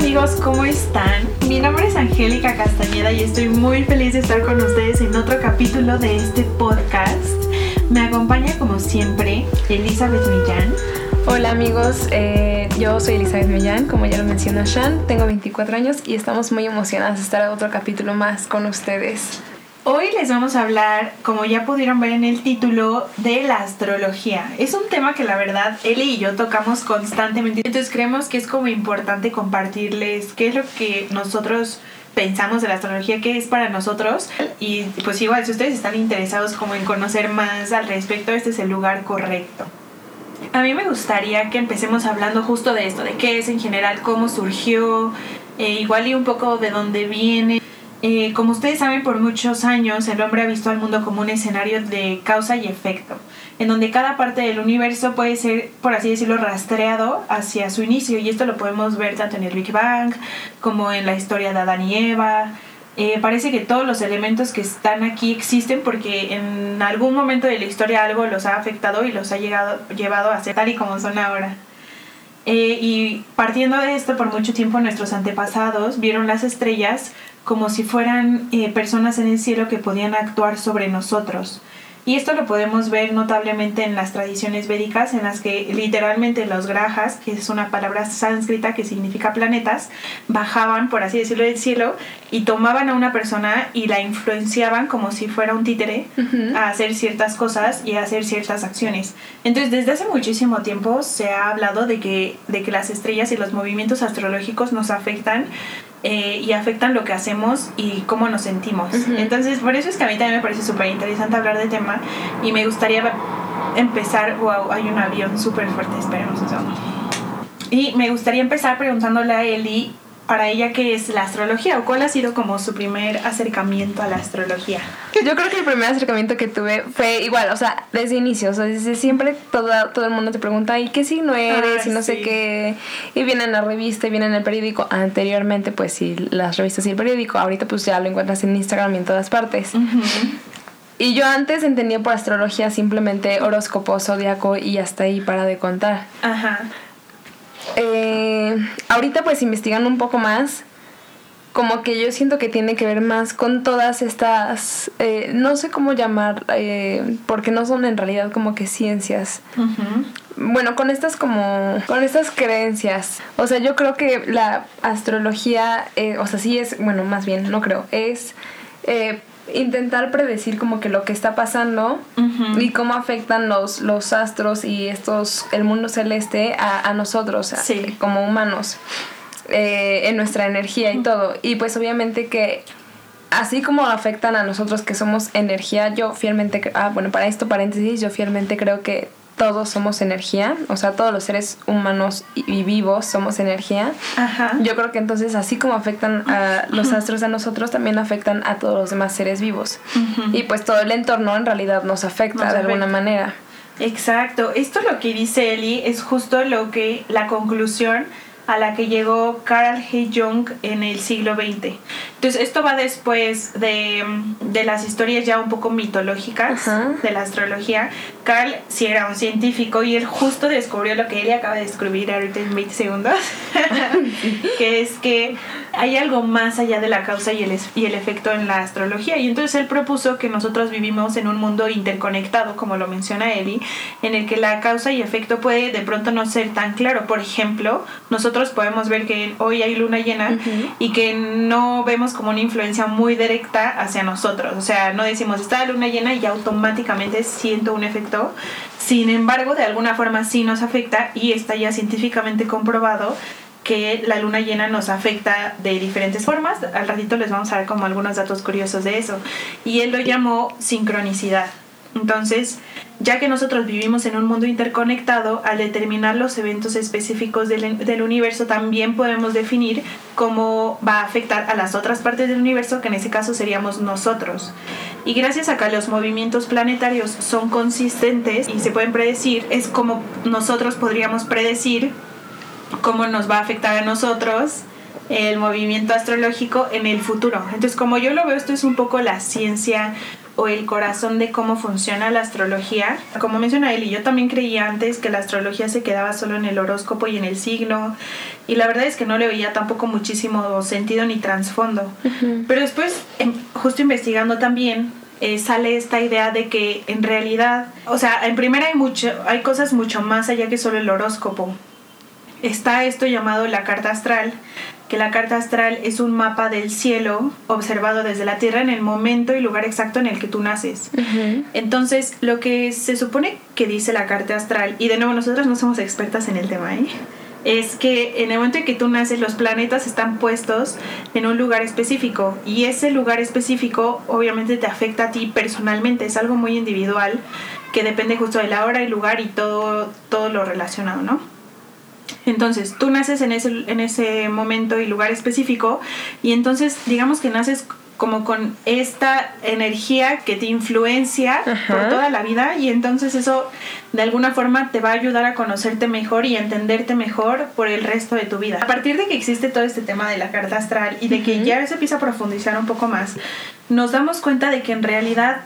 amigos, ¿cómo están? Mi nombre es Angélica Castañeda y estoy muy feliz de estar con ustedes en otro capítulo de este podcast. Me acompaña como siempre Elizabeth Millán. Hola amigos, yo soy Elizabeth Millán, como ya lo mencionó Shan, tengo 24 años y estamos muy emocionadas de estar en otro capítulo más con ustedes. Hoy les vamos a hablar, como ya pudieron ver en el título, de la astrología. Es un tema que la verdad Eli y yo tocamos constantemente, entonces creemos que es como importante compartirles qué es lo que nosotros pensamos de la astrología, qué es para nosotros. Y pues igual, si ustedes están interesados como en conocer más al respecto, este es el lugar correcto. A mí me gustaría que empecemos hablando justo de esto, de qué es en general, cómo surgió, igual y un poco de dónde viene. Como ustedes saben, por muchos años el hombre ha visto al mundo como un escenario de causa y efecto, en donde cada parte del universo puede ser, por así decirlo, rastreado hacia su inicio, y esto lo podemos ver tanto en el Big Bang como en la historia de Adán y Eva. Parece que todos los elementos que están aquí existen porque en algún momento de la historia algo los ha afectado y los ha llevado a ser tal y como son ahora. Y partiendo de esto, por mucho tiempo nuestros antepasados vieron las estrellas como si fueran personas en el cielo que podían actuar sobre nosotros. Y esto lo podemos ver notablemente en las tradiciones védicas, en las que literalmente los grajas, que es una palabra sánscrita que significa planetas, bajaban, por así decirlo, del cielo y tomaban a una persona y la influenciaban como si fuera un títere a hacer ciertas cosas y a hacer ciertas acciones. Entonces, desde hace muchísimo tiempo se ha hablado de que las estrellas y los movimientos astrológicos nos afectan y afectan lo que hacemos y cómo nos sentimos. Entonces, por eso es que a mí también me parece súper interesante hablar del tema y me gustaría empezar. Wow, hay un avión súper fuerte, esperemos un segundo. Y me gustaría empezar preguntándole a Eli, para ella, ¿qué es la astrología? ¿O cuál ha sido como su primer acercamiento a la astrología? Yo creo que el primer acercamiento que tuve fue igual, o sea, desde inicio, o sea, desde siempre todo el mundo te pregunta, ¿y qué signo eres? Y no sé qué, y viene en la revista, y viene en el periódico. Anteriormente, pues sí, las revistas y el periódico, ahorita pues ya lo encuentras en Instagram y en todas partes. Y yo antes entendía por astrología simplemente horóscopo, zodiaco y hasta ahí para de contar. Ahorita pues investigando un poco más, como que yo siento que tiene que ver más con todas estas, no sé cómo llamar, porque no son en realidad como que ciencias. Bueno, con estas creencias. O sea, yo creo que la astrología, o sea, sí es, bueno, más bien, no creo, es intentar predecir como que lo que está pasando y cómo afectan los astros y el mundo celeste a nosotros, como humanos, en nuestra energía y todo. Y pues obviamente que así como afectan a nosotros que somos energía, yo fielmente, para esto paréntesis, yo fielmente creo que todos somos energía, o sea, todos los seres humanos y vivos somos energía. Yo creo que entonces, así como afectan a los astros a nosotros, también afectan a todos los demás seres vivos. Y pues todo el entorno en realidad nos afecta de alguna manera. Exacto. Esto lo que dice Eli es justo la conclusión a la que llegó Carl G. Jung en el siglo XX. Entonces esto va después de las historias ya un poco mitológicas de la astrología. Carl sí era un científico y él justo descubrió lo que él acaba de descubrir ahorita en 20 segundos, que es que hay algo más allá de la causa y el efecto en la astrología. Y entonces él propuso que nosotros vivimos en un mundo interconectado, como lo menciona Eli, en el que la causa y efecto puede de pronto no ser tan claro. Por ejemplo, nosotros podemos ver que hoy hay luna llena y que no vemos como una influencia muy directa hacia nosotros. O sea, no decimos, está la luna llena y ya automáticamente siento un efecto. Sin embargo, de alguna forma sí nos afecta y está ya científicamente comprobado que la luna llena nos afecta de diferentes formas. Al ratito les vamos a dar como algunos datos curiosos de eso. Y él lo llamó sincronicidad. Entonces, ya que nosotros vivimos en un mundo interconectado, al determinar los eventos específicos del universo, también podemos definir cómo va a afectar a las otras partes del universo, que en ese caso seríamos nosotros. Y gracias a que los movimientos planetarios son consistentes y se pueden predecir, es como nosotros podríamos predecir cómo nos va a afectar a nosotros el movimiento astrológico en el futuro. Entonces, como yo lo veo, esto es un poco la ciencia o el corazón de cómo funciona la astrología. Como menciona Eli, yo también creía antes que la astrología se quedaba solo en el horóscopo y en el signo, y la verdad es que no le veía tampoco muchísimo sentido ni trasfondo. Pero después, justo investigando también, sale esta idea de que en realidad, o sea, en primera hay cosas mucho más allá que solo el horóscopo. Está esto llamado la carta astral, que la carta astral es un mapa del cielo observado desde la Tierra en el momento y lugar exacto en el que tú naces. Entonces, lo que se supone que dice la carta astral, y de nuevo nosotros no somos expertas en el tema, es que en el momento en que tú naces los planetas están puestos en un lugar específico, y ese lugar específico obviamente te afecta a ti personalmente, es algo muy individual que depende justo de la hora, el lugar y todo lo relacionado, ¿no? Entonces, tú naces en ese momento y lugar específico, y entonces digamos que naces como con esta energía que te influencia por toda la vida, y entonces eso de alguna forma te va a ayudar a conocerte mejor y a entenderte mejor por el resto de tu vida. A partir de que existe todo este tema de la carta astral y de que ya se empieza a profundizar un poco más, nos damos cuenta de que en realidad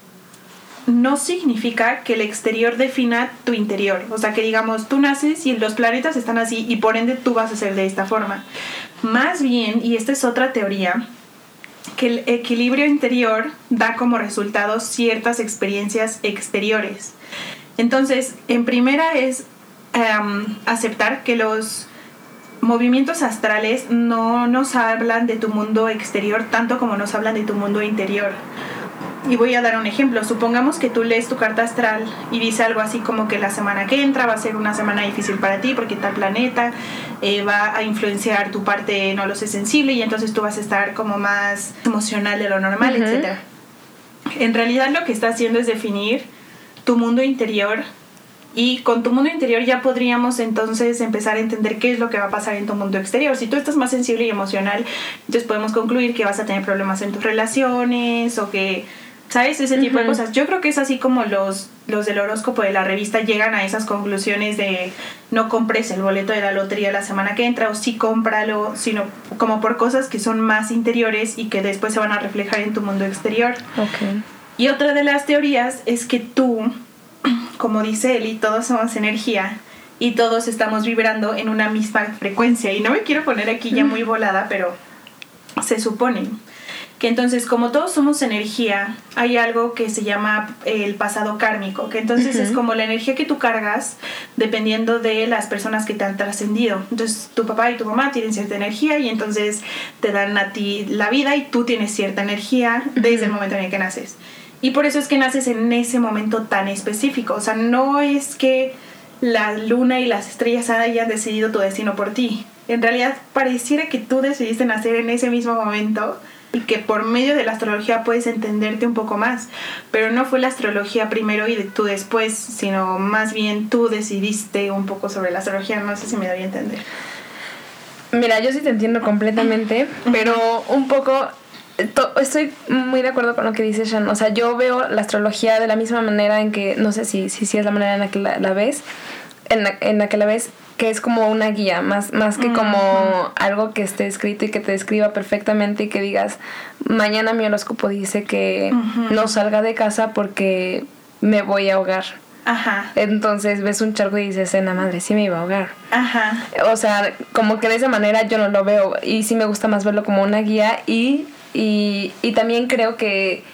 no significa que el exterior defina tu interior. O sea, que digamos, tú naces y los planetas están así y por ende tú vas a ser de esta forma. Más bien, y esta es otra teoría, que el equilibrio interior da como resultado ciertas experiencias exteriores. Entonces, en primera es aceptar que los movimientos astrales no nos hablan de tu mundo exterior tanto como nos hablan de tu mundo interior. Y voy a dar un ejemplo. Supongamos que tú lees tu carta astral y dice algo así como que la semana que entra va a ser una semana difícil para ti porque tal planeta va a influenciar tu parte, no lo sé, sensible, y entonces tú vas a estar como más emocional de lo normal, etc. En realidad lo que está haciendo es definir tu mundo interior, y con tu mundo interior ya podríamos entonces empezar a entender qué es lo que va a pasar en tu mundo exterior. Si tú estás más sensible y emocional, entonces podemos concluir que vas a tener problemas en tus relaciones o que, ¿sabes? Ese tipo de cosas. Yo creo que es así como los del horóscopo de la revista llegan a esas conclusiones de no compres el boleto de la lotería la semana que entra, o sí cómpralo, sino como por cosas que son más interiores y que después se van a reflejar en tu mundo exterior. Y otra de las teorías es que tú, como dice Eli, todos somos energía y todos estamos vibrando en una misma frecuencia. Y no me quiero poner aquí ya muy volada, pero se supone que entonces, como todos somos energía, hay algo que se llama el pasado kármico, que entonces es como la energía que tú cargas dependiendo de las personas que te han trascendido. Entonces tu papá y tu mamá tienen cierta energía y entonces te dan a ti la vida y tú tienes cierta energía desde el momento en el que naces. Y por eso es que naces en ese momento tan específico. O sea, no es que la luna y las estrellas hayan decidido tu destino por ti. En realidad pareciera que tú decidiste nacer en ese mismo momento y que por medio de la astrología puedes entenderte un poco más. Pero no fue la astrología primero y tú después, sino más bien tú decidiste un poco sobre la astrología. No sé si me doy a entender. Mira, yo sí te entiendo completamente, pero un poco... Estoy muy de acuerdo con lo que dice Shan. O sea, yo veo la astrología de la misma manera en que, no sé si es la manera en la que la ves, en la que la ves, que es como una guía, más que como algo que esté escrito y que te describa perfectamente y que digas, mañana mi horóscopo dice que no salga de casa porque me voy a ahogar. Entonces ves un charco y dices, en la madre, sí me iba a ahogar. O sea, como que de esa manera yo no lo veo, y sí me gusta más verlo como una guía. Y también creo que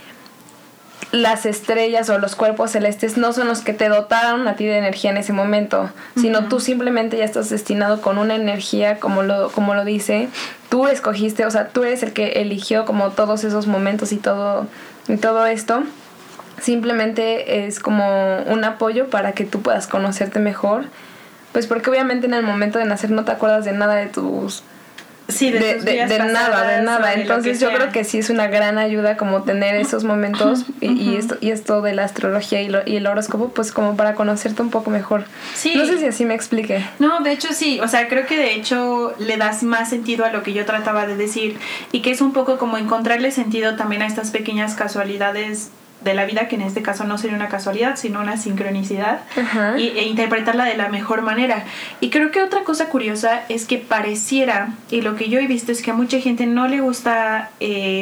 las estrellas o los cuerpos celestes no son los que te dotaron a ti de energía en ese momento, sino tú simplemente ya estás destinado con una energía, como lo dice, tú escogiste, o sea, tú eres el que eligió como todos esos momentos y todo esto. Simplemente es como un apoyo para que tú puedas conocerte mejor, pues porque obviamente en el momento de nacer no te acuerdas de nada de tus... Sí, de nada. Entonces yo creo que sí es una gran ayuda como tener esos momentos y esto de la astrología y el horóscopo, pues como para conocerte un poco mejor. Sí. No sé si así me expliqué. No, de hecho sí, o sea, creo que de hecho le das más sentido a lo que yo trataba de decir, y que es un poco como encontrarle sentido también a estas pequeñas casualidades de la vida, que en este caso no sería una casualidad, sino una sincronicidad, Ajá. e interpretarla de la mejor manera. Y creo que otra cosa curiosa es que pareciera, y lo que yo he visto es que a mucha gente no le gusta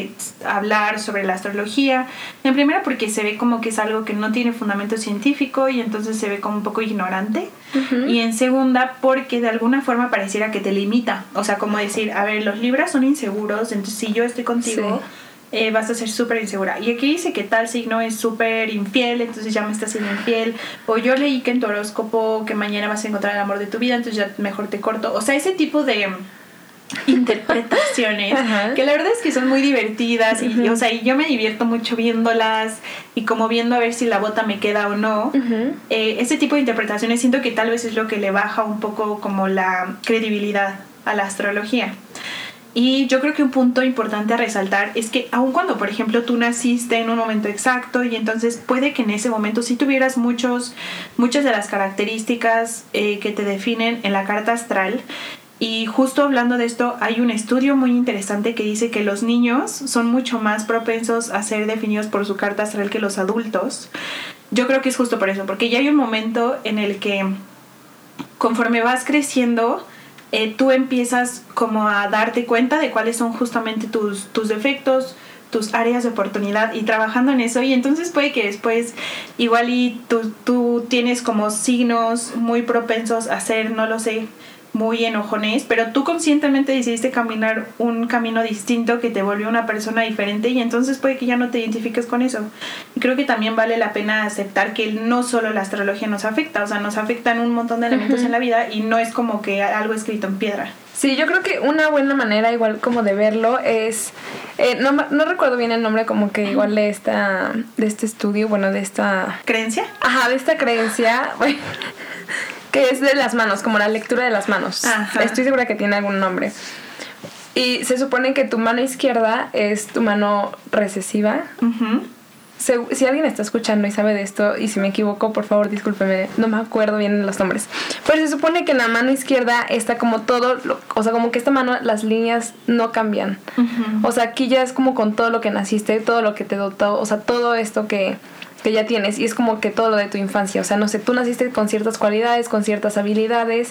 hablar sobre la astrología, en primera porque se ve como que es algo que no tiene fundamento científico y entonces se ve como un poco ignorante, y en segunda porque de alguna forma pareciera que te limita, o sea, como decir, a ver, los Libras son inseguros, entonces si yo estoy contigo, vas a ser súper insegura. Y aquí dice que tal signo es súper infiel, entonces ya me estás siendo infiel. O yo leí que en tu horóscopo que mañana vas a encontrar el amor de tu vida, entonces ya mejor te corto. O sea, ese tipo de interpretaciones que la verdad es que son muy divertidas y, o sea, y yo me divierto mucho viéndolas y como viendo a ver si la bota me queda o no. Ese tipo de interpretaciones siento que tal vez es lo que le baja un poco como la credibilidad a la astrología. Y yo creo que un punto importante a resaltar es que aun cuando, por ejemplo, tú naciste en un momento exacto y entonces puede que en ese momento sí tuvieras muchas de las características que te definen en la carta astral. Y justo hablando de esto, hay un estudio muy interesante que dice que los niños son mucho más propensos a ser definidos por su carta astral que los adultos. Yo creo que es justo por eso, porque ya hay un momento en el que conforme vas creciendo, tú empiezas como a darte cuenta de cuáles son justamente tus defectos, tus áreas de oportunidad y trabajando en eso, y entonces puede que después igual y tú tienes como signos muy propensos a ser, no lo sé, muy enojones, pero tú conscientemente decidiste caminar un camino distinto que te volvió una persona diferente y entonces puede que ya no te identifiques con eso. Y creo que también vale la pena aceptar que no solo la astrología nos afecta, o sea, nos afectan un montón de elementos en la vida y no es como que algo escrito en piedra. Sí, yo creo que una buena manera igual como de verlo es, no recuerdo bien el nombre como que igual de este estudio, bueno, de esta... ¿Creencia? Ajá, de esta creencia, que es de las manos, como la lectura de las manos. Ajá. Estoy segura que tiene algún nombre. Y se supone que tu mano izquierda es tu mano recesiva. Si alguien está escuchando y sabe de esto, y si me equivoco, por favor, discúlpeme, no me acuerdo bien de los nombres. Pero se supone que en la mano izquierda está como todo, o sea, como que esta mano, las líneas no cambian. O sea, aquí ya es como con todo lo que naciste, todo lo que te dotó, o sea, todo esto que ya tienes, y es como que todo lo de tu infancia, o sea, no sé, tú naciste con ciertas cualidades, con ciertas habilidades,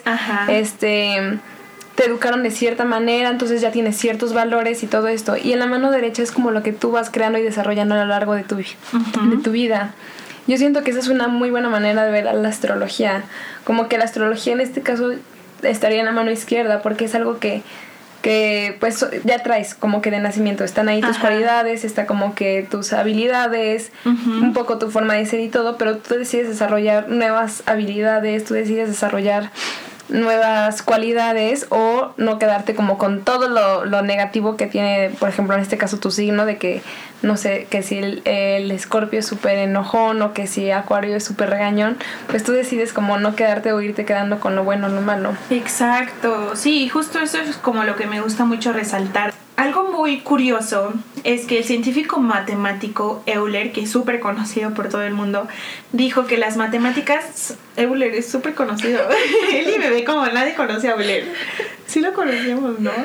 te educaron de cierta manera, entonces ya tienes ciertos valores y todo esto, y en la mano derecha es como lo que tú vas creando y desarrollando a lo largo de tu vida. Yo siento que esa es una muy buena manera de ver a la astrología, como que la astrología en este caso estaría en la mano izquierda, porque es algo que pues ya traes como que de nacimiento, están ahí tus cualidades, está como que tus habilidades, un poco tu forma de ser y todo, pero tú decides desarrollar nuevas habilidades, tú decides desarrollar nuevas cualidades o no quedarte como con todo lo negativo que tiene, por ejemplo, en este caso tu signo, de que, no sé, que si el Escorpio es súper enojón o que si Acuario es súper regañón, pues tú decides como no quedarte o irte quedando con lo bueno o lo malo. Exacto, sí, justo eso es como lo que me gusta mucho resaltar. Algo muy curioso es que el científico matemático Euler, que es súper conocido por todo el mundo, dijo que las matemáticas... Euler es súper conocido. Él y bebé como nadie conoce a Euler. Sí lo conocíamos, ¿no?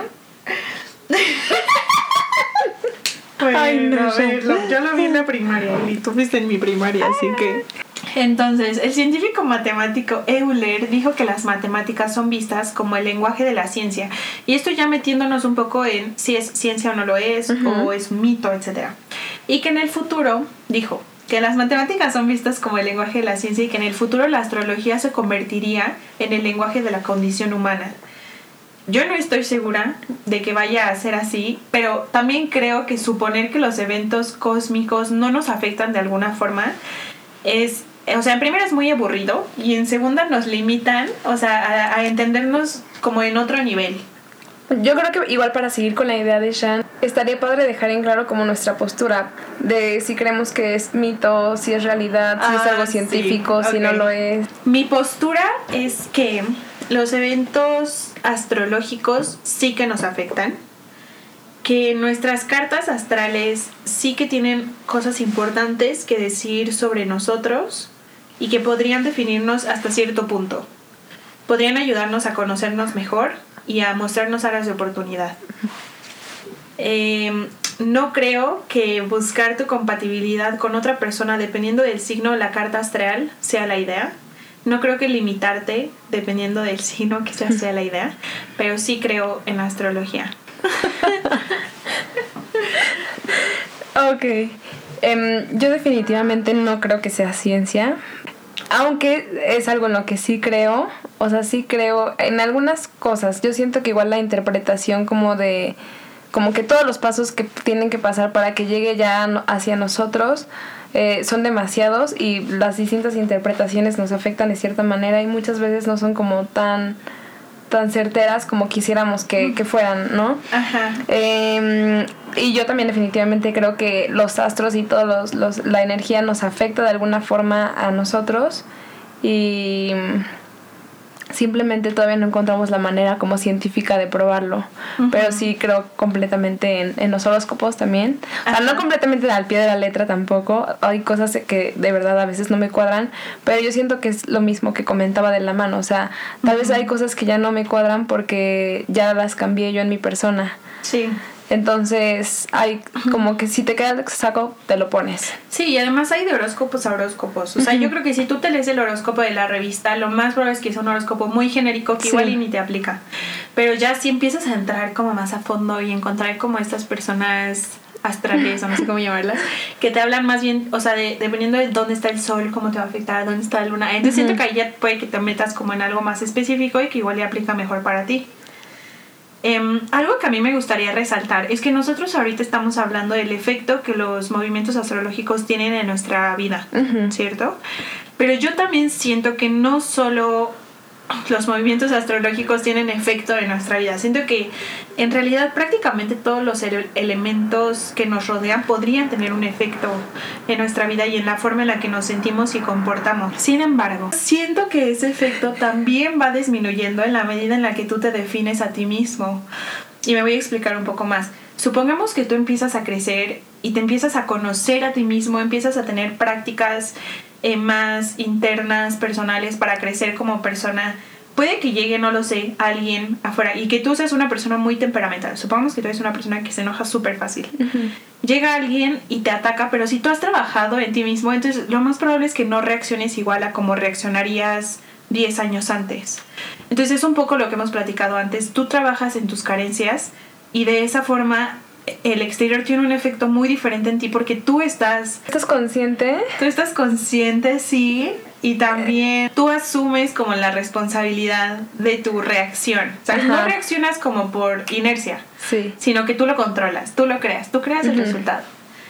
Bueno, ay, no, a ver, yo lo vi en la primaria y tú fuiste en mi primaria, así que... Entonces, el científico matemático Euler dijo que las matemáticas son vistas como el lenguaje de la ciencia. Y esto ya metiéndonos un poco en si es ciencia o no lo es, o es un mito, etc. Y que en el futuro, dijo, que las matemáticas son vistas como el lenguaje de la ciencia y que en el futuro la astrología se convertiría en el lenguaje de la condición humana. Yo no estoy segura de que vaya a ser así, pero también creo que suponer que los eventos cósmicos no nos afectan de alguna forma es... O sea, en primera es muy aburrido y en segunda nos limitan, o sea, a entendernos como en otro nivel. Yo creo que igual para seguir con la idea de Shan, estaría padre dejar en claro como nuestra postura de si creemos que es mito, si es realidad, si es algo científico, si no lo es. Mi postura es que los eventos astrológicos sí que nos afectan, que nuestras cartas astrales sí que tienen cosas importantes que decir sobre nosotros y que podrían definirnos hasta cierto punto. Podrían ayudarnos a conocernos mejor y a mostrarnos áreas de oportunidad. no creo que buscar tu compatibilidad con otra persona dependiendo del signo de la carta astral sea la idea. No creo que limitarte dependiendo del signo que sea la idea, pero sí creo en la astrología. Ok. Yo definitivamente no creo que sea ciencia, aunque es algo en lo que sí creo. O sea, sí creo en algunas cosas. Yo siento que igual la interpretación como que todos los pasos que tienen que pasar para que llegue ya hacia nosotros son demasiados, y las distintas interpretaciones nos afectan de cierta manera y muchas veces no son como tan certeras como quisiéramos que fueran, ¿no? Ajá. Y yo también definitivamente creo que los astros y todos la energía nos afecta de alguna forma a nosotros, y simplemente todavía no encontramos la manera como científica de probarlo. Uh-huh. Pero sí creo completamente en los horóscopos también. O sea, no completamente al pie de la letra tampoco. Hay cosas que de verdad a veces no me cuadran, pero yo siento que es lo mismo que comentaba de la mano. O sea, tal vez hay cosas que ya no me cuadran porque ya las cambié yo en mi persona. Sí. Entonces, hay como que si te queda el saco, te lo pones. Sí, y además hay de horóscopos a horóscopos. O sea, yo creo que si tú te lees el horóscopo de la revista, lo más probable es que sea un horóscopo muy genérico que igual y ni te aplica. Pero ya si empiezas a entrar como más a fondo y encontrar como estas personas astrales, o no sé cómo llamarlas, que te hablan más bien, o sea, dependiendo de dónde está el sol, cómo te va a afectar, dónde está la luna. Entonces siento que ahí ya puede que te metas como en algo más específico y que igual le aplica mejor para ti. Algo que a mí me gustaría resaltar es que nosotros ahorita estamos hablando del efecto que los movimientos astrológicos tienen en nuestra vida, ¿cierto? Pero yo también siento que no solo los movimientos astrológicos tienen efecto en nuestra vida. Siento que en realidad prácticamente todos los elementos que nos rodean podrían tener un efecto en nuestra vida y en la forma en la que nos sentimos y comportamos. Sin embargo, siento que ese efecto también va disminuyendo en la medida en la que tú te defines a ti mismo. Y me voy a explicar un poco más. Supongamos que tú empiezas a crecer y te empiezas a conocer a ti mismo, empiezas a tener prácticas más internas, personales, para crecer como persona. Puede que llegue, no lo sé, alguien afuera y que tú seas una persona muy temperamental. Supongamos que tú eres una persona que se enoja súper fácil. Llega alguien y te ataca, pero si tú has trabajado en ti mismo, entonces lo más probable es que no reacciones igual a como reaccionarías 10 años antes. Entonces es un poco lo que hemos platicado antes. Tú trabajas en tus carencias y de esa forma el exterior tiene un efecto muy diferente en ti porque tú estás consciente. Tú estás consciente, sí, y también tú asumes como la responsabilidad de tu reacción. O sea, no reaccionas como por inercia, sí, sino que tú lo controlas, tú lo creas, tú creas el resultado.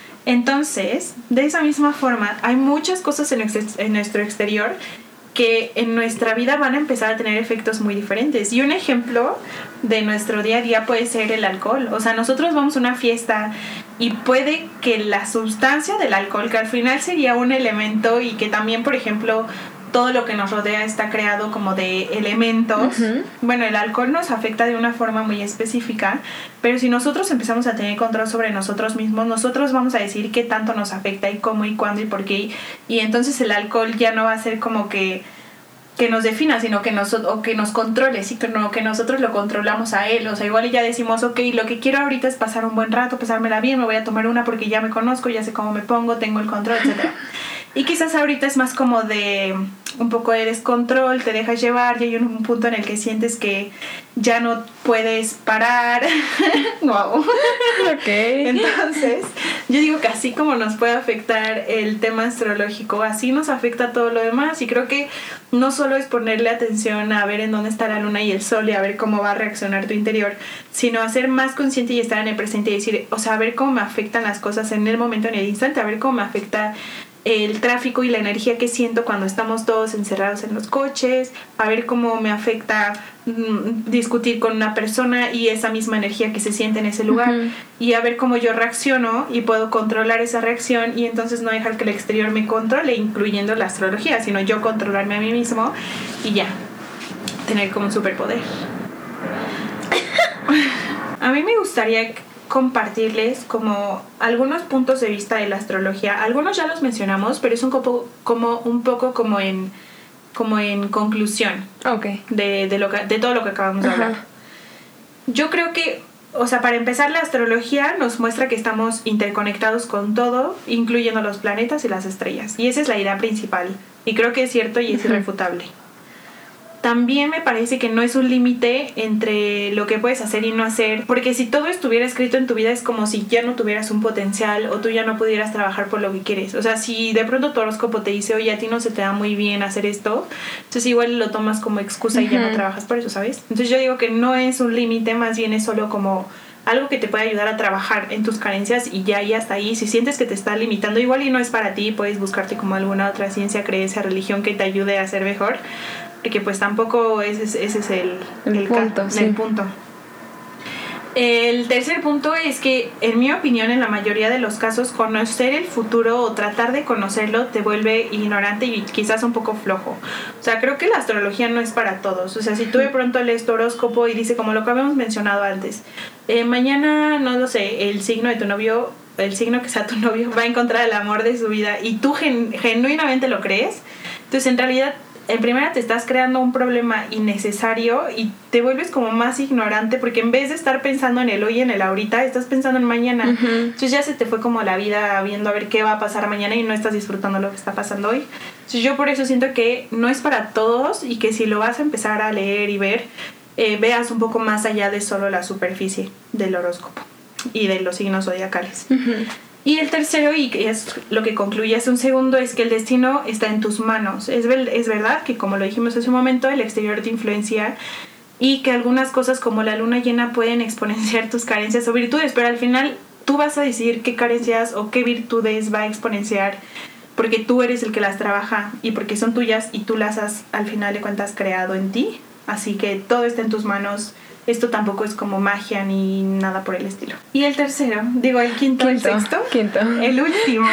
Entonces, de esa misma forma, hay muchas cosas en nuestro exterior que en nuestra vida van a empezar a tener efectos muy diferentes. Y un ejemplo de nuestro día a día puede ser el alcohol. O sea, nosotros vamos a una fiesta y puede que la sustancia del alcohol, que al final sería un elemento y que también, por ejemplo, todo lo que nos rodea está creado como de elementos. Bueno, el alcohol nos afecta de una forma muy específica, pero si nosotros empezamos a tener control sobre nosotros mismos, nosotros vamos a decir qué tanto nos afecta y cómo y cuándo y por qué. Y entonces el alcohol ya no va a ser como que nos defina, sino que nos controle, sí, no, que nosotros lo controlamos a él. O sea, igual ya decimos, ok, lo que quiero ahorita es pasar un buen rato, pasármela bien, me voy a tomar una porque ya me conozco, ya sé cómo me pongo, tengo el control, etc. Y quizás ahorita es más como de un poco de descontrol, te dejas llevar y hay un punto en el que sientes que ya no puedes parar. Wow. Okay. Entonces, yo digo que así como nos puede afectar el tema astrológico, así nos afecta todo lo demás. Y creo que no solo es ponerle atención a ver en dónde está la luna y el sol y a ver cómo va a reaccionar tu interior, sino a ser más consciente y estar en el presente y decir, o sea, a ver cómo me afectan las cosas en el momento, en el instante, a ver cómo me afecta el tráfico y la energía que siento cuando estamos todos encerrados en los coches, a ver cómo me afecta discutir con una persona y esa misma energía que se siente en ese lugar, y a ver cómo yo reacciono y puedo controlar esa reacción y entonces no dejar que el exterior me controle, incluyendo la astrología, sino yo controlarme a mí mismo y ya, tener como un superpoder. A mí me gustaría compartirles como algunos puntos de vista de la astrología. Algunos ya los mencionamos, pero es un poco como en conclusión, okay, de todo lo que acabamos de hablar. Yo creo que O sea, para empezar, la astrología nos muestra que estamos interconectados con todo, incluyendo los planetas y las estrellas. Y esa es la idea principal. Y creo que es cierto y es irrefutable. También me parece que no es un límite entre lo que puedes hacer y no hacer, porque si todo estuviera escrito en tu vida es como si ya no tuvieras un potencial o tú ya no pudieras trabajar por lo que quieres. O sea, si de pronto tu horóscopo te dice, oye, a ti no se te da muy bien hacer esto, entonces igual lo tomas como excusa y ya no trabajas por eso, ¿sabes? Entonces yo digo que no es un límite, más bien es solo como algo que te puede ayudar a trabajar en tus carencias y ya y hasta ahí. Si sientes que te está limitando, igual y no es para ti, puedes buscarte como alguna otra ciencia, creencia, religión que te ayude a ser mejor. Porque pues tampoco ese es el punto. El punto. El tercer punto es que, en mi opinión, en la mayoría de los casos, conocer el futuro o tratar de conocerlo te vuelve ignorante y quizás un poco flojo. O sea, creo que la astrología no es para todos. O sea, si tú de pronto lees tu horóscopo y dice, como lo que habíamos mencionado antes, mañana, no lo sé, el signo de tu novio, el signo que sea tu novio, va a encontrar el amor de su vida y tú genuinamente lo crees, entonces en realidad en primera te estás creando un problema innecesario y te vuelves como más ignorante, porque en vez de estar pensando en el hoy y en el ahorita, estás pensando en mañana. Entonces ya se te fue como la vida viendo a ver qué va a pasar mañana y no estás disfrutando lo que está pasando hoy. Entonces yo por eso siento que no es para todos y que si lo vas a empezar a leer y ver, veas un poco más allá de solo la superficie del horóscopo y de los signos zodiacales. Y el tercero, y es lo que concluye hace un segundo, es que el destino está en tus manos. Es verdad que, como lo dijimos hace un momento, el exterior te influencia y que algunas cosas como la luna llena pueden exponenciar tus carencias o virtudes, pero al final tú vas a decidir qué carencias o qué virtudes va a exponenciar, porque tú eres el que las trabaja y porque son tuyas y tú las has, al final de cuentas, creado en ti. Así que todo está en tus manos. Esto tampoco es como magia ni nada por el estilo. Y el tercero, el quinto, el sexto. El último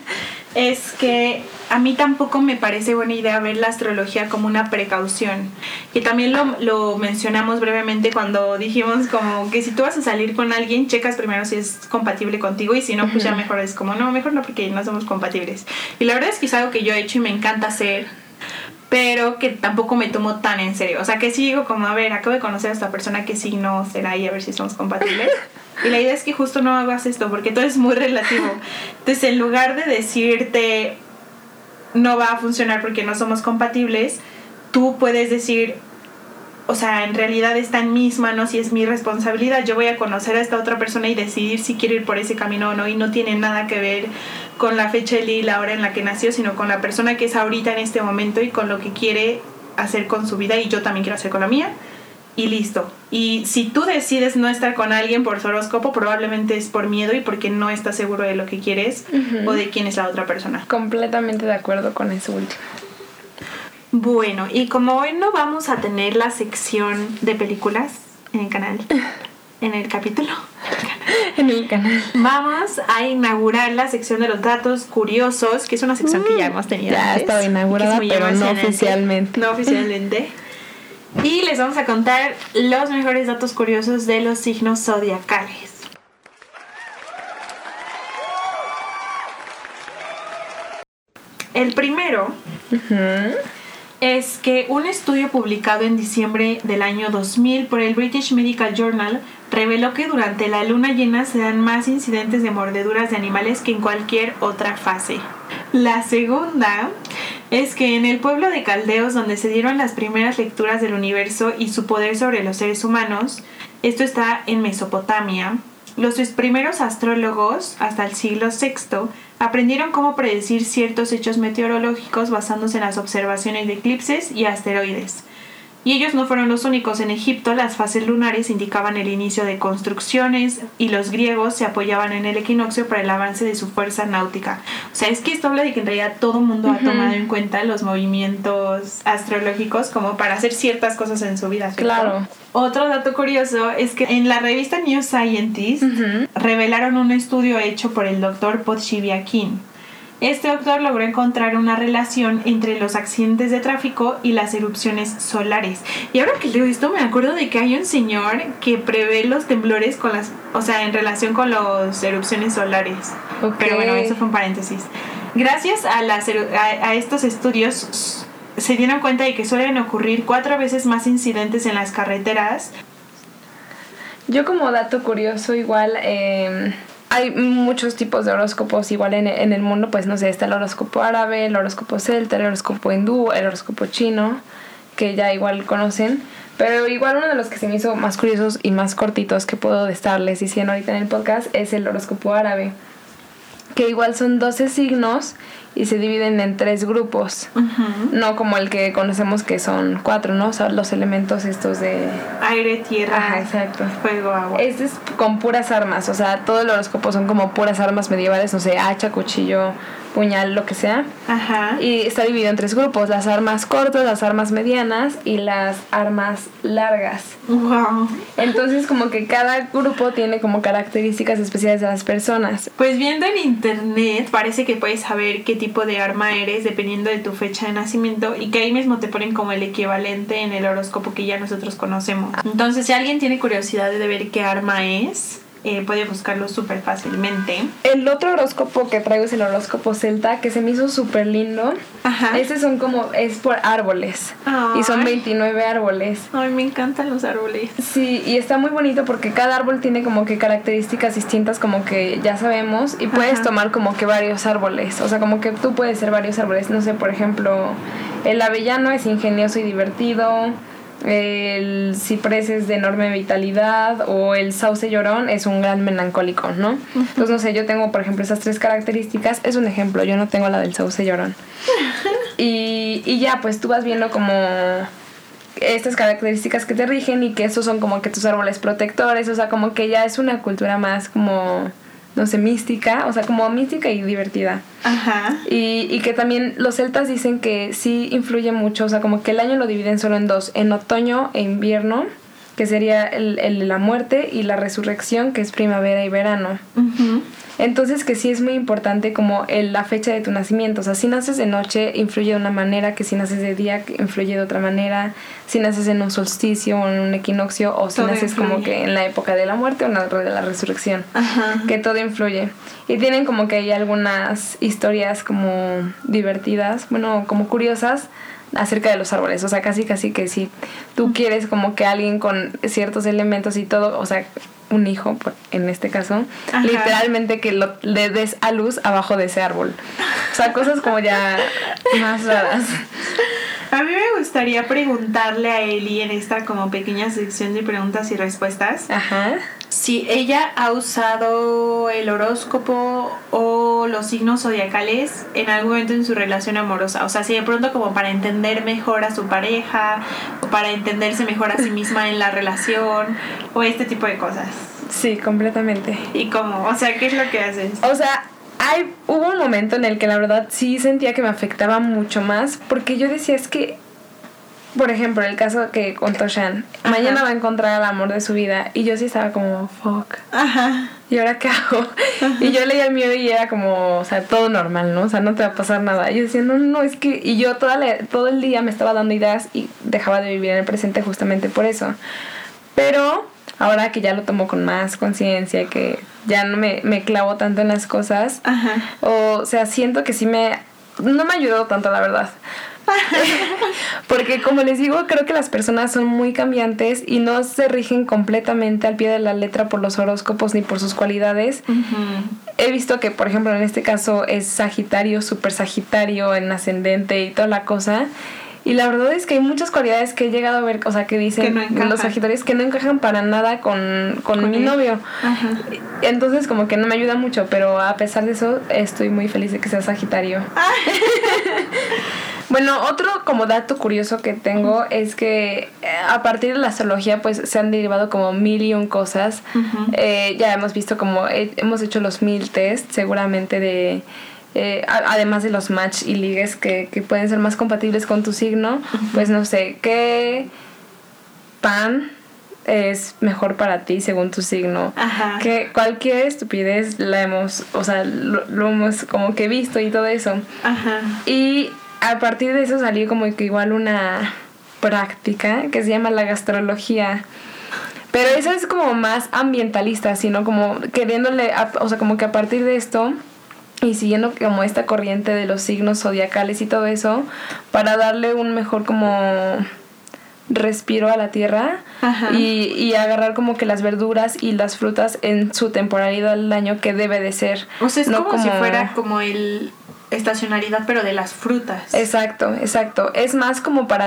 es que a mí tampoco me parece buena idea ver la astrología como una precaución. Que también lo mencionamos brevemente cuando dijimos como que si tú vas a salir con alguien, checas primero si es compatible contigo y si no, pues ya mejor es como, no, mejor no porque no somos compatibles. Y la verdad es que es algo que yo he hecho y me encanta hacer, pero que tampoco me tomo tan en serio. O sea, que sí digo como, a ver, acabo de conocer a esta persona, que sí no será y a ver si somos compatibles. Y la idea es que justo no hagas esto, porque todo es muy relativo. Entonces, en lugar de decirte no va a funcionar porque no somos compatibles, tú puedes decir, o sea, en realidad está en mis manos y es mi responsabilidad. Yo voy a conocer a esta otra persona y decidir si quiero ir por ese camino o no, y no tiene nada que ver con la fecha del día y la hora en la que nació, sino con la persona que es ahorita en este momento y con lo que quiere hacer con su vida, y yo también quiero hacer con la mía, y listo. Y si tú decides no estar con alguien por su horóscopo, probablemente es por miedo y porque no estás seguro de lo que quieres o de quién es la otra persona. Completamente de acuerdo con eso último. Bueno, y como hoy no vamos a tener la sección de películas en el canal, en el capítulo, en el canal, vamos a inaugurar la sección de los datos curiosos, que es una sección que ya hemos tenido ya antes, estaba inaugurada, pero no oficialmente. No oficialmente. Y les vamos a contar los mejores datos curiosos de los signos zodiacales. El primero es que un estudio publicado en diciembre del año 2000 por el British Medical Journal reveló que durante la luna llena se dan más incidentes de mordeduras de animales que en cualquier otra fase. La segunda es que en el pueblo de Caldeos, donde se dieron las primeras lecturas del universo y su poder sobre los seres humanos, esto está en Mesopotamia, los primeros astrólogos, hasta el siglo VI, aprendieron cómo predecir ciertos hechos meteorológicos basándose en las observaciones de eclipses y asteroides. Y ellos no fueron los únicos. En Egipto las fases lunares indicaban el inicio de construcciones y los griegos se apoyaban en el equinoccio para el avance de su fuerza náutica. O sea, es que esto habla de que en realidad todo el mundo ha tomado en cuenta los movimientos astrológicos como para hacer ciertas cosas en su vida, ¿cierto? Claro. Otro dato curioso es que en la revista New Scientist revelaron un estudio hecho por el doctor Podshiviakin. Este doctor logró encontrar una relación entre los accidentes de tráfico y las erupciones solares. Y ahora que leo esto me acuerdo de que hay un señor que prevé los temblores en relación con las erupciones solares. Okay. Pero bueno, eso fue un paréntesis. Gracias a estos estudios se dieron cuenta de que suelen ocurrir 4 veces más incidentes en las carreteras Yo como dato curioso igual, hay muchos tipos de horóscopos igual en el mundo, pues no sé, está el horóscopo árabe, el horóscopo celta, el horóscopo hindú, el horóscopo chino, que ya igual conocen. Pero igual uno de los que se me hizo más curiosos y más cortitos que puedo estarles diciendo ahorita en el podcast es el horóscopo árabe, que igual son 12 signos y se dividen en 3 grupos. No como el que conocemos que son 4, ¿no? O sea, los elementos estos de... aire, tierra, ajá, exacto, fuego, agua. Este es con puras armas, o sea, todo el horóscopo son como puras armas medievales, no sé, hacha, cuchillo, puñal, lo que sea. Ajá. Y está dividido en 3 grupos, las armas cortas, las armas medianas y las armas largas. Wow. Entonces como que cada grupo tiene como características especiales de las personas. Pues viendo en internet parece que puedes saber qué tipo de arma eres dependiendo de tu fecha de nacimiento y que ahí mismo te ponen como el equivalente en el horóscopo que ya nosotros conocemos. Entonces si alguien tiene curiosidad de ver qué arma es, puede buscarlo súper fácilmente. El otro horóscopo que traigo es el horóscopo celta, que se me hizo súper lindo. Ajá. Este son como, es por árboles. Ay. Y son 29 árboles. Ay, me encantan los árboles. Sí, y está muy bonito porque cada árbol tiene como que características distintas, como que ya sabemos, y puedes tomar como que varios árboles. O sea, como que tú puedes ser varios árboles. No sé, por ejemplo, el avellano es ingenioso y divertido. El ciprés es de enorme vitalidad, o el sauce llorón es un gran melancólico, ¿no? Entonces, no sé, yo tengo, por ejemplo, esas 3 características. Es un ejemplo, yo no tengo la del sauce llorón. Y ya, pues tú vas viendo como estas características que te rigen y que estos son como que tus árboles protectores. O sea, como que ya es una cultura más como, no sé, mística, o sea, como mística y divertida. Ajá. Y que también los celtas dicen que sí influye mucho, o sea, como que el año lo dividen solo en 2, en otoño e invierno, que sería la muerte, y la resurrección, que es primavera y verano. Entonces que sí es muy importante como la fecha de tu nacimiento. O sea, si naces de noche influye de una manera, que si naces de día influye de otra manera, si naces en un solsticio o en un equinoccio, o si todo naces influye. Como que en la época de la muerte o en la de la resurrección. Ajá. Que todo influye. Y tienen como que hay algunas historias como divertidas, bueno, como curiosas, acerca de los árboles. O sea, casi que si tú quieres como que alguien con ciertos elementos y todo, o sea, un hijo, en este caso, ajá, literalmente que le des a luz abajo de ese árbol. O sea, cosas como ya más raras. A mí me gustaría preguntarle a Eli en esta como pequeña sección de preguntas y respuestas. Ajá. Si ella ha usado el horóscopo o los signos zodiacales en algún momento en su relación amorosa. O sea, si de pronto como para entender mejor a su pareja, o para entenderse mejor a sí misma en la relación, o este tipo de cosas. Sí, completamente. ¿Y cómo? O sea, ¿qué es lo que haces? O sea, hubo un momento en el que la verdad sí sentía que me afectaba mucho más, porque yo decía, es que, por ejemplo, el caso que contó Shan, mañana va a encontrar al amor de su vida, y yo sí estaba como, fuck. Ajá. ¿Y ahora qué hago? Y yo leía el mío y era como, o sea, todo normal, ¿no? O sea, no te va a pasar nada. Y yo decía, no, es que... Y yo todo el día me estaba dando ideas y dejaba de vivir en el presente justamente por eso. Pero ahora que ya lo tomo con más conciencia, que ya no me clavo tanto en las cosas, ajá, o sea, siento que sí no me ha ayudado tanto, la verdad. Porque como les digo, creo que las personas son muy cambiantes y no se rigen completamente al pie de la letra por los horóscopos ni por sus cualidades. He visto que, por ejemplo, en este caso es Sagitario, super Sagitario en ascendente y toda la cosa. Y la verdad es que hay muchas cualidades que he llegado a ver, o sea, que dicen que no los Sagitarios que no encajan para nada con mi novio. Ajá. Entonces como que no me ayuda mucho, pero a pesar de eso estoy muy feliz de que sea Sagitario. Bueno, otro como dato curioso que tengo es que a partir de la astrología pues se han derivado como 1001 cosas. Ya hemos visto como hemos hecho los 1000 test seguramente de... además de los match y ligues que pueden ser más compatibles con tu signo, pues no sé, ¿qué pan es mejor para ti según tu signo? Ajá. Que cualquier estupidez la hemos, o sea, lo hemos como que visto y todo eso. Ajá. Y a partir de eso salió como que igual una práctica que se llama la gastrología. Pero eso es como más ambientalista, sino como queriéndole, o sea, como que a partir de esto y siguiendo como esta corriente de los signos zodiacales y todo eso, para darle un mejor como respiro a la tierra. Ajá. Y agarrar como que las verduras y las frutas en su temporalidad del año que debe de ser. O sea, es no como si fuera como el estacionalidad, pero de las frutas. Exacto. Es más como para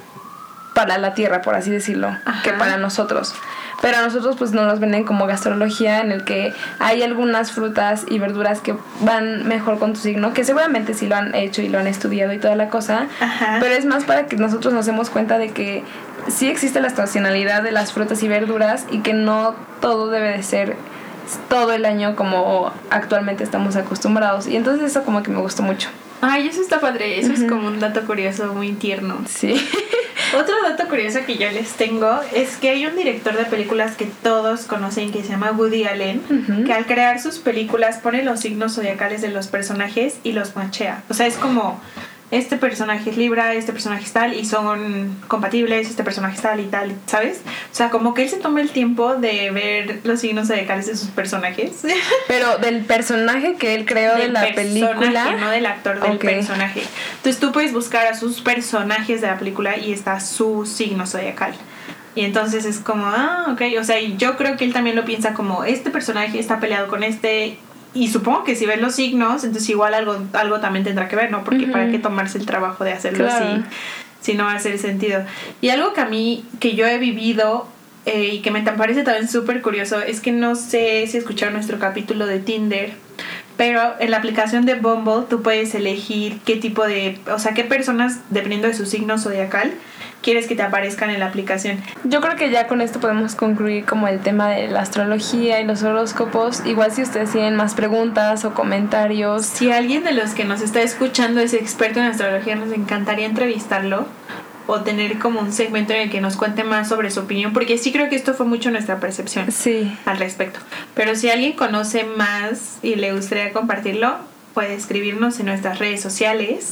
la tierra, por así decirlo, Ajá. que para nosotros. Pero a nosotros pues nos venden como gastrología, en el que hay algunas frutas y verduras que van mejor con tu signo, que seguramente sí lo han hecho y lo han estudiado y toda la cosa. Ajá. Pero es más para que nosotros nos demos cuenta de que sí existe la estacionalidad de las frutas y verduras y que no todo debe de ser todo el año como actualmente estamos acostumbrados. Y entonces eso como que me gustó mucho. Ay, eso está padre. Eso es como un dato curioso muy tierno. Sí. Otro dato curioso que yo les tengo es que hay un director de películas que todos conocen que se llama Woody Allen, que al crear sus películas pone los signos zodiacales de los personajes y los machea. O sea, es como este personaje es Libra, este personaje es tal y son compatibles, este personaje es tal y tal, ¿sabes? O sea, como que él se toma el tiempo de ver los signos zodiacales de sus personajes. Pero del personaje que él creó de la película, no del actor, del personaje. Entonces tú puedes buscar a sus personajes de la película y está su signo zodiacal. Y entonces es como, ok, o sea, yo creo que él también lo piensa como, este personaje está peleado con este. Y supongo que si ven los signos, entonces igual algo también tendrá que ver, ¿no? Porque para qué tomarse el trabajo de hacerlo así, si no va a hacer sentido. Y algo que a mí, que yo he vivido y que me parece también súper curioso, es que no sé si escucharon nuestro capítulo de Tinder, pero en la aplicación de Bumble tú puedes elegir qué tipo de, o sea, qué personas, dependiendo de su signo zodiacal, quieres que te aparezcan en la aplicación. Yo creo que ya con esto podemos concluir como el tema de la astrología y los horóscopos. Igual si ustedes tienen más preguntas o comentarios. Si alguien de los que nos está escuchando es experto en astrología, nos encantaría entrevistarlo o tener como un segmento en el que nos cuente más sobre su opinión, porque sí creo que esto fue mucho nuestra percepción al respecto. Pero si alguien conoce más y le gustaría compartirlo, puede escribirnos en nuestras redes sociales.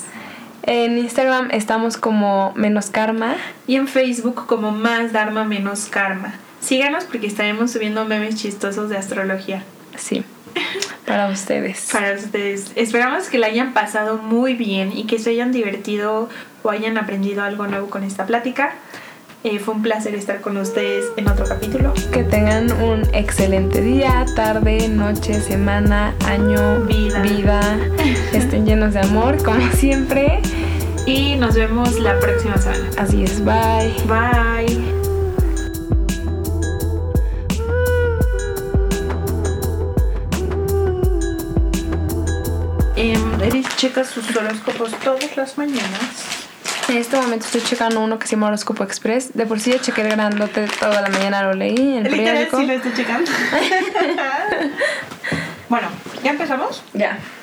En Instagram estamos como _karma y en Facebook como más Dharma menos Karma. Síganos porque estaremos subiendo memes chistosos de astrología. Sí, para ustedes. Para ustedes. Esperamos que la hayan pasado muy bien y que se hayan divertido o hayan aprendido algo nuevo con esta plática. Fue un placer estar con ustedes en otro capítulo. Que tengan un excelente día, tarde, noche, semana, año, vida. Estén llenos de amor, como siempre. Y nos vemos la próxima semana. Así es, bye. Bye. Eris checa sus horóscopos todas las mañanas. En este momento estoy checando uno que se llama Horóscopo Express. De por sí ya chequé el grandote toda la mañana, lo leí en el periódico. Sí lo estoy checando. Bueno, ¿ya empezamos? Ya.